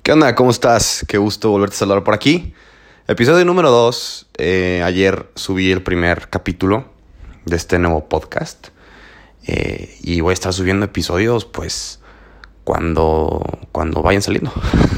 ¿Qué onda? ¿Cómo estás? Qué gusto volverte a saludar por aquí. Episodio número 2. Ayer subí el primer capítulo de este nuevo podcast. Y voy a estar subiendo episodios, pues, cuando vayan saliendo.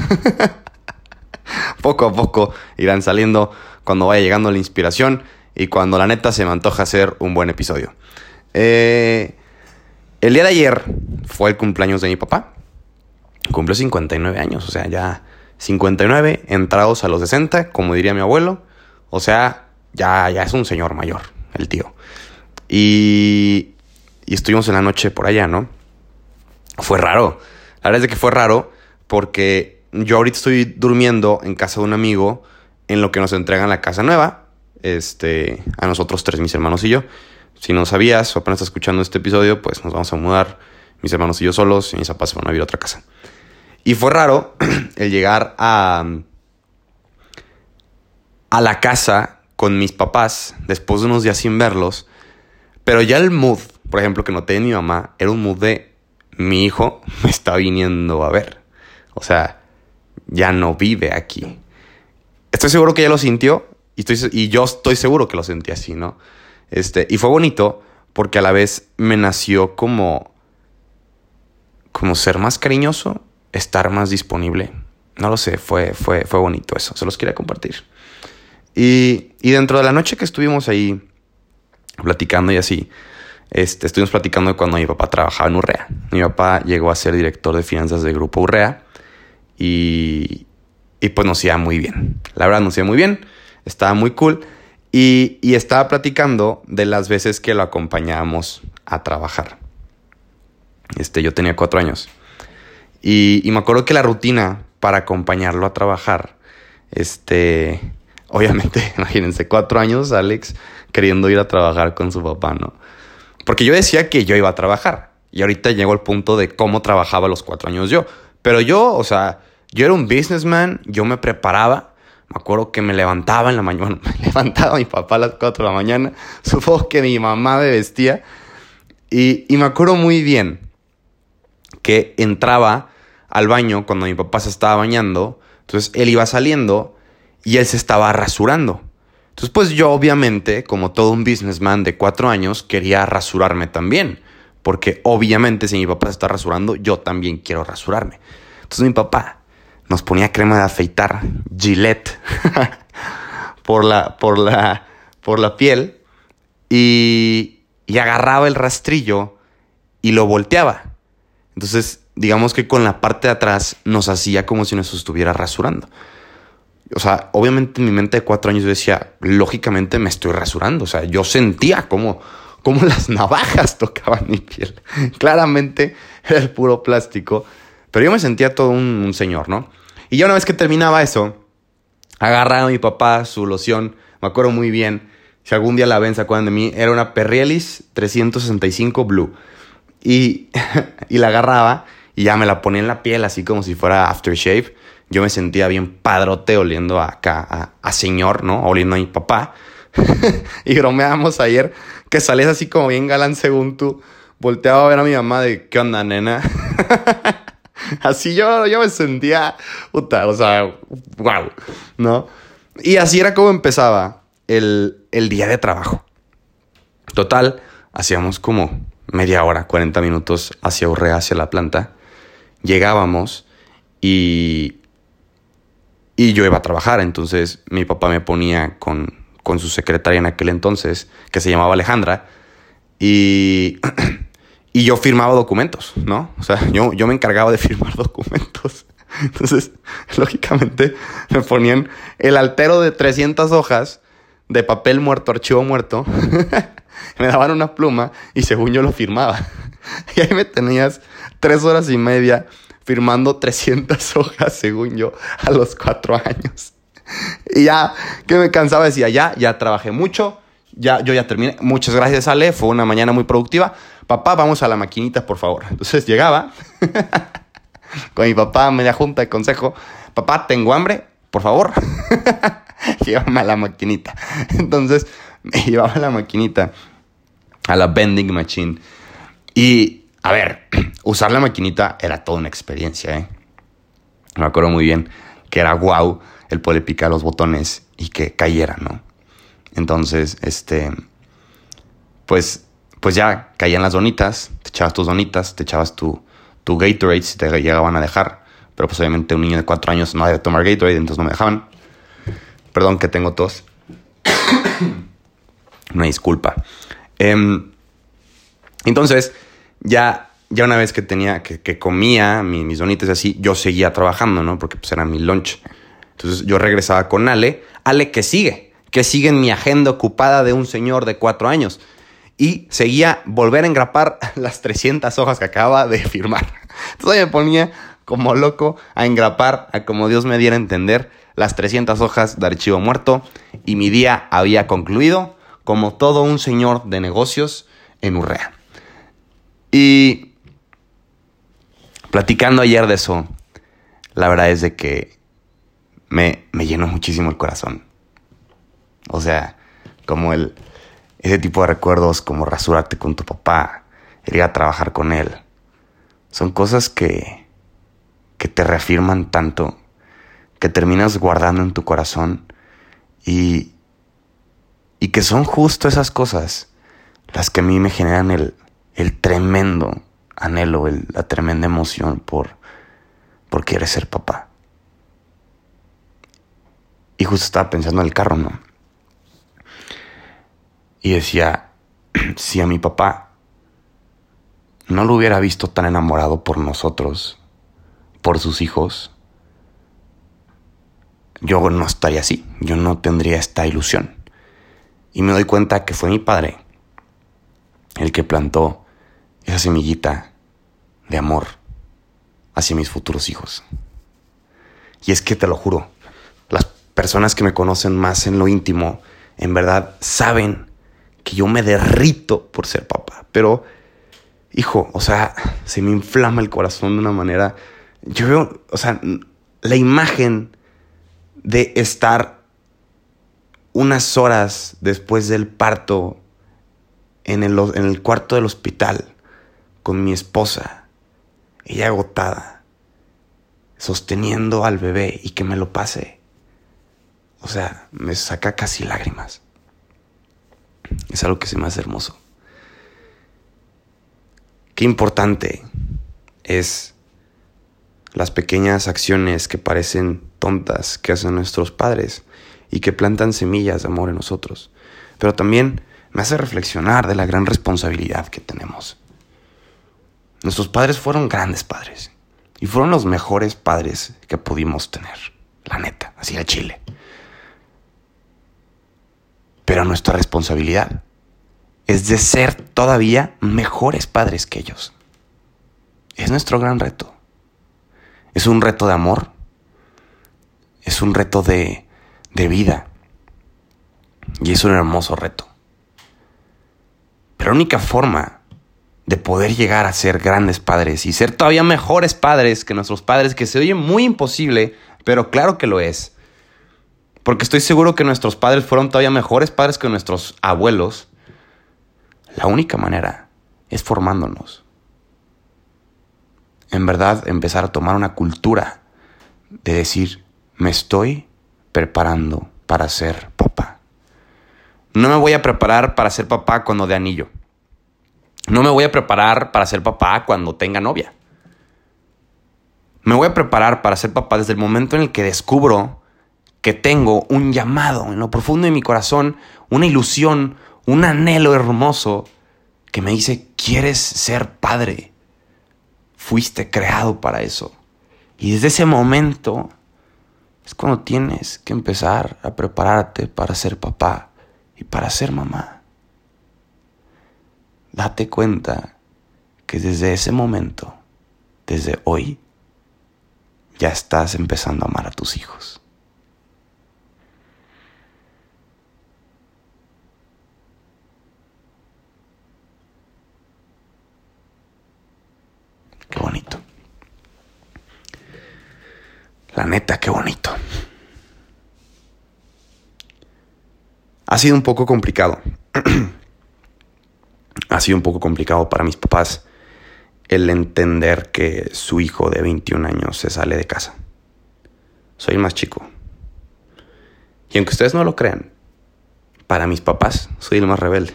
Poco a poco irán saliendo cuando vaya llegando la inspiración y cuando la neta se me antoja hacer un buen episodio. El día de ayer fue el cumpleaños de mi papá. Cumplió 59 años, o sea, ya 59 entrados a los 60, como diría mi abuelo. O sea, ya es un señor mayor, el tío. Y estuvimos en la noche por allá, ¿no? Fue raro. La verdad es que fue raro porque yo ahorita estoy durmiendo en casa de un amigo en lo que nos entregan la casa nueva. A nosotros tres, mis hermanos y yo. Si no sabías o apenas estás escuchando este episodio, pues nos vamos a mudar, mis hermanos y yo solos, y mis papás se van a vivir a otra casa. Y fue raro el llegar a la casa con mis papás después de unos días sin verlos. Pero ya el mood, por ejemplo, que noté en mi mamá, era un mood de mi hijo me está viniendo a ver. O sea, ya no vive aquí. Estoy seguro que ella lo sintió y yo estoy seguro que lo sentí así, ¿no? Y fue bonito porque a la vez me nació como ser más cariñoso, estar más disponible. No lo sé, fue bonito eso. Se los quería compartir. Y dentro de la noche que estuvimos ahí platicando y así, estuvimos platicando de cuando mi papá trabajaba en Urrea. Mi papá llegó a ser director de finanzas del grupo Urrea y pues nos iba muy bien. La verdad nos iba muy bien, estaba muy cool. Y estaba platicando de las veces que lo acompañábamos a trabajar. Yo tenía 4 años. Y me acuerdo que la rutina para acompañarlo a trabajar, obviamente, imagínense, 4 años, Alex, queriendo ir a trabajar con su papá, ¿no? Porque yo decía que yo iba a trabajar. Y ahorita llego al punto de cómo trabajaba a los 4 años yo. Pero yo era un businessman, yo me preparaba. Me acuerdo que me levantaba en la mañana. Me levantaba mi papá a las 4 de la mañana. Supongo que mi mamá me vestía. Y me acuerdo muy bien que entraba al baño cuando mi papá se estaba bañando. Entonces él iba saliendo y él se estaba rasurando. Entonces pues yo obviamente, como todo un businessman de 4 años, quería rasurarme también. Porque obviamente si mi papá se está rasurando, yo también quiero rasurarme. Entonces mi papá nos ponía crema de afeitar Gillette por la piel y agarraba el rastrillo y lo volteaba. Entonces, digamos que con la parte de atrás nos hacía como si nos estuviera rasurando. O sea, obviamente en mi mente de 4 años yo decía, lógicamente me estoy rasurando. O sea, yo sentía como las navajas tocaban mi piel. Claramente era el puro plástico, pero yo me sentía todo un señor, ¿no? Y ya una vez que terminaba eso, agarraba a mi papá su loción. Me acuerdo muy bien. Si algún día la ven, se acuerdan de mí. Era una Perrielis 365 Blue. Y la agarraba y ya me la ponía en la piel así como si fuera aftershave. Yo me sentía bien padrote oliendo acá a señor, ¿no? Oliendo a mi papá. Y bromeábamos ayer que salías así como bien galán según tú. Volteaba a ver a mi mamá de, ¿qué onda, nena? Así yo me sentía, puta, o sea, wow, ¿no? Y así era como empezaba el día de trabajo. Total, hacíamos como media hora, 40 minutos hacia Urrea, hacia la planta. Llegábamos y yo iba a trabajar. Entonces mi papá me ponía con su secretaria en aquel entonces, que se llamaba Alejandra, y yo firmaba documentos, ¿no? O sea, yo me encargaba de firmar documentos. Entonces, lógicamente, me ponían el altero de 300 hojas de papel muerto, archivo muerto. Me daban una pluma y según yo lo firmaba. Y ahí me tenías 3 horas y media firmando 300 hojas, según yo, a los 4 años. Y ya que me cansaba decía, ya trabajé mucho. Yo ya terminé. Muchas gracias, Ale. Fue una mañana muy productiva. Papá, vamos a la maquinita, por favor. Entonces llegaba con mi papá a media junta de consejo. Papá, tengo hambre, por favor. Llévame a la maquinita. Entonces me llevaba a la maquinita, a la vending machine. Y, a ver, usar la maquinita era toda una experiencia, ¿eh? Me acuerdo muy bien que era guau el poder picar los botones y que cayera, ¿no? Entonces, pues ya caían las donitas, te echabas tus donitas, te echabas tu Gatorade si te llegaban a dejar. Pero pues obviamente un niño de 4 años no debe tomar Gatorade, entonces no me dejaban. Perdón que tengo tos. Una disculpa. Entonces, ya una vez que comía mis donitas y así, yo seguía trabajando, ¿no? Porque pues era mi lunch. Entonces yo regresaba con Ale. Ale, que sigue en mi agenda ocupada de un señor de 4 años. Y seguía volver a engrapar las 300 hojas que acababa de firmar. Entonces me ponía como loco a engrapar, a como Dios me diera a entender, las 300 hojas de archivo muerto. Y mi día había concluido como todo un señor de negocios en Urrea. Y platicando ayer de eso, la verdad es de que me llenó muchísimo el corazón. O sea, como ese tipo de recuerdos, como rasurarte con tu papá, el ir a trabajar con él. Son cosas que te reafirman tanto, que terminas guardando en tu corazón y que son justo esas cosas las que a mí me generan el tremendo anhelo, la tremenda emoción por querer ser papá. Y justo estaba pensando en el carro, ¿no? Y decía, si a mi papá no lo hubiera visto tan enamorado por nosotros, por sus hijos, yo no estaría así, yo no tendría esta ilusión. Y me doy cuenta que fue mi padre el que plantó esa semillita de amor hacia mis futuros hijos. Y es que te lo juro, las personas que me conocen más en lo íntimo, en verdad saben que yo me derrito por ser papá. Pero, hijo, o sea, se me inflama el corazón de una manera. Yo veo, o sea, la imagen de estar unas horas después del parto en el cuarto del hospital con mi esposa, ella agotada, sosteniendo al bebé y que me lo pase. O sea, me saca casi lágrimas. Es algo que se me hace hermoso. Qué importante es las pequeñas acciones que parecen tontas que hacen nuestros padres y que plantan semillas de amor en nosotros. Pero también me hace reflexionar de la gran responsabilidad que tenemos. Nuestros padres fueron grandes padres y fueron los mejores padres que pudimos tener, la neta, así al chile. Pero nuestra responsabilidad es de ser todavía mejores padres que ellos. Es nuestro gran reto. Es un reto de amor. Es un reto de vida. Y es un hermoso reto. Pero la única forma de poder llegar a ser grandes padres y ser todavía mejores padres que nuestros padres, que se oye muy imposible, pero claro que lo es. Porque estoy seguro que nuestros padres fueron todavía mejores padres que nuestros abuelos. La única manera es formándonos. En verdad, empezar a tomar una cultura de decir, me estoy preparando para ser papá. No me voy a preparar para ser papá cuando dé anillo. No me voy a preparar para ser papá cuando tenga novia. Me voy a preparar para ser papá desde el momento en el que descubro que tengo un llamado en lo profundo de mi corazón, una ilusión, un anhelo hermoso que me dice, ¿quieres ser padre? Fuiste creado para eso. Y desde ese momento es cuando tienes que empezar a prepararte para ser papá y para ser mamá. Date cuenta que desde ese momento, desde hoy, ya estás empezando a amar a tus hijos. Qué bonito. La neta, qué bonito. Ha sido un poco complicado. Ha sido un poco complicado para mis papás el entender que su hijo de 21 años se sale de casa. soy el más chico. Y aunque ustedes no lo crean, para mis papás soy el más rebelde.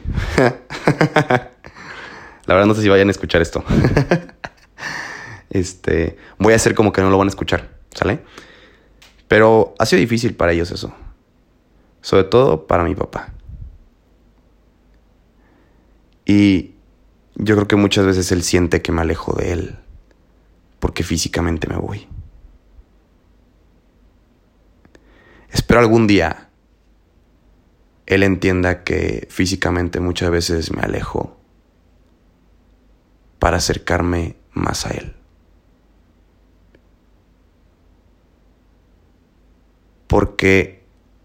La verdad no sé si vayan a escuchar esto. Voy a hacer como que no lo van a escuchar, ¿sale? Pero ha sido difícil para ellos eso. Sobre todo para mi papá. Y yo creo que muchas veces él siente que me alejo de él porque físicamente me voy. Espero algún día él entienda que físicamente muchas veces me alejo para acercarme más a él. Porque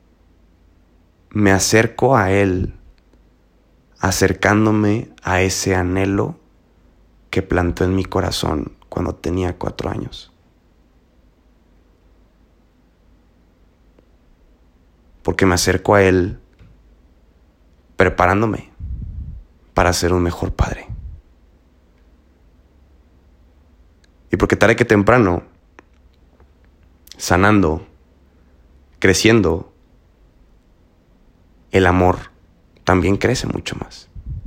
me acerco a él acercándome a ese anhelo que plantó en mi corazón cuando tenía 4 años. Porque me acerco a él preparándome para ser un mejor padre. Y porque tarde que temprano, sanando, creciendo, el amor también crece mucho más.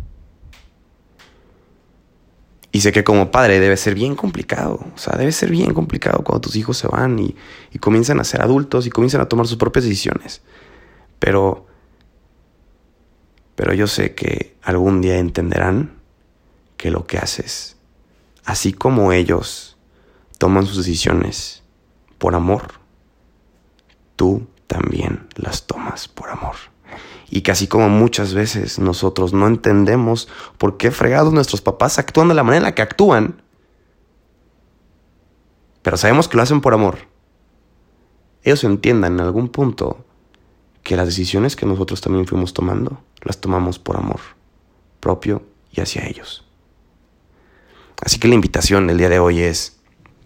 Y sé que como padre debe ser bien complicado. O sea, debe ser bien complicado cuando tus hijos se van y comienzan a ser adultos y comienzan a tomar sus propias decisiones. Pero yo sé que algún día entenderán que lo que haces, así como ellos toman sus decisiones por amor, tú también las tomas por amor. Y que así como muchas veces nosotros no entendemos por qué fregados nuestros papás actúan de la manera en la que actúan, pero sabemos que lo hacen por amor, ellos entiendan en algún punto que las decisiones que nosotros también fuimos tomando, las tomamos por amor propio y hacia ellos. Así que la invitación del día de hoy es: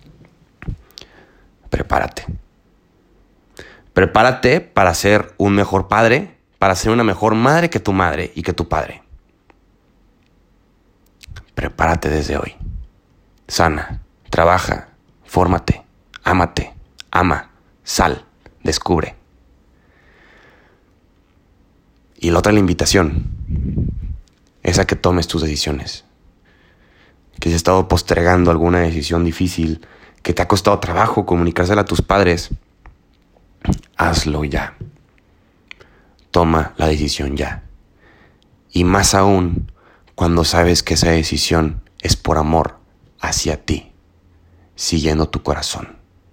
prepárate. Prepárate para ser un mejor padre, para ser una mejor madre que tu madre y que tu padre. Prepárate desde hoy. Sana, trabaja, fórmate, ámate, ama, sal, descubre. Y la invitación es a que tomes tus decisiones. Que si has estado postergando alguna decisión difícil, que te ha costado trabajo comunicársela a tus padres, hazlo ya. Toma la decisión ya. Y más aún cuando sabes que esa decisión es por amor hacia ti, siguiendo tu corazón.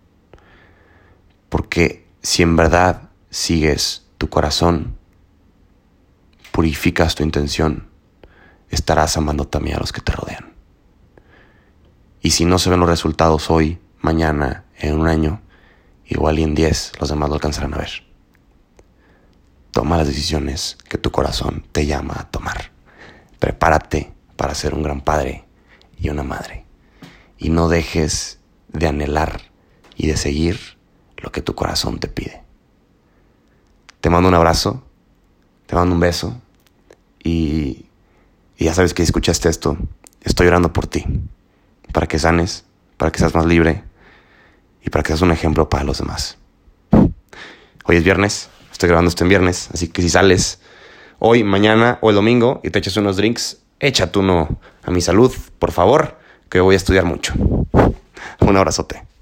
Porque si en verdad sigues tu corazón, purificas tu intención, estarás amando también a los que te rodean. Y si no se ven los resultados hoy, mañana, en un año, igual y en 10 los demás lo alcanzarán a ver. Toma las decisiones que tu corazón te llama a tomar. Prepárate para ser un gran padre y una madre. Y no dejes de anhelar y de seguir lo que tu corazón te pide. Te mando un abrazo, te mando un beso y ya sabes que si escuchaste esto, estoy orando por ti, para que sanes, para que seas más libre y para que seas un ejemplo para los demás. Hoy es viernes, estoy grabando esto en viernes, así que si sales hoy, mañana o el domingo y te echas unos drinks, échate uno a mi salud, por favor, que voy a estudiar mucho. Un abrazote.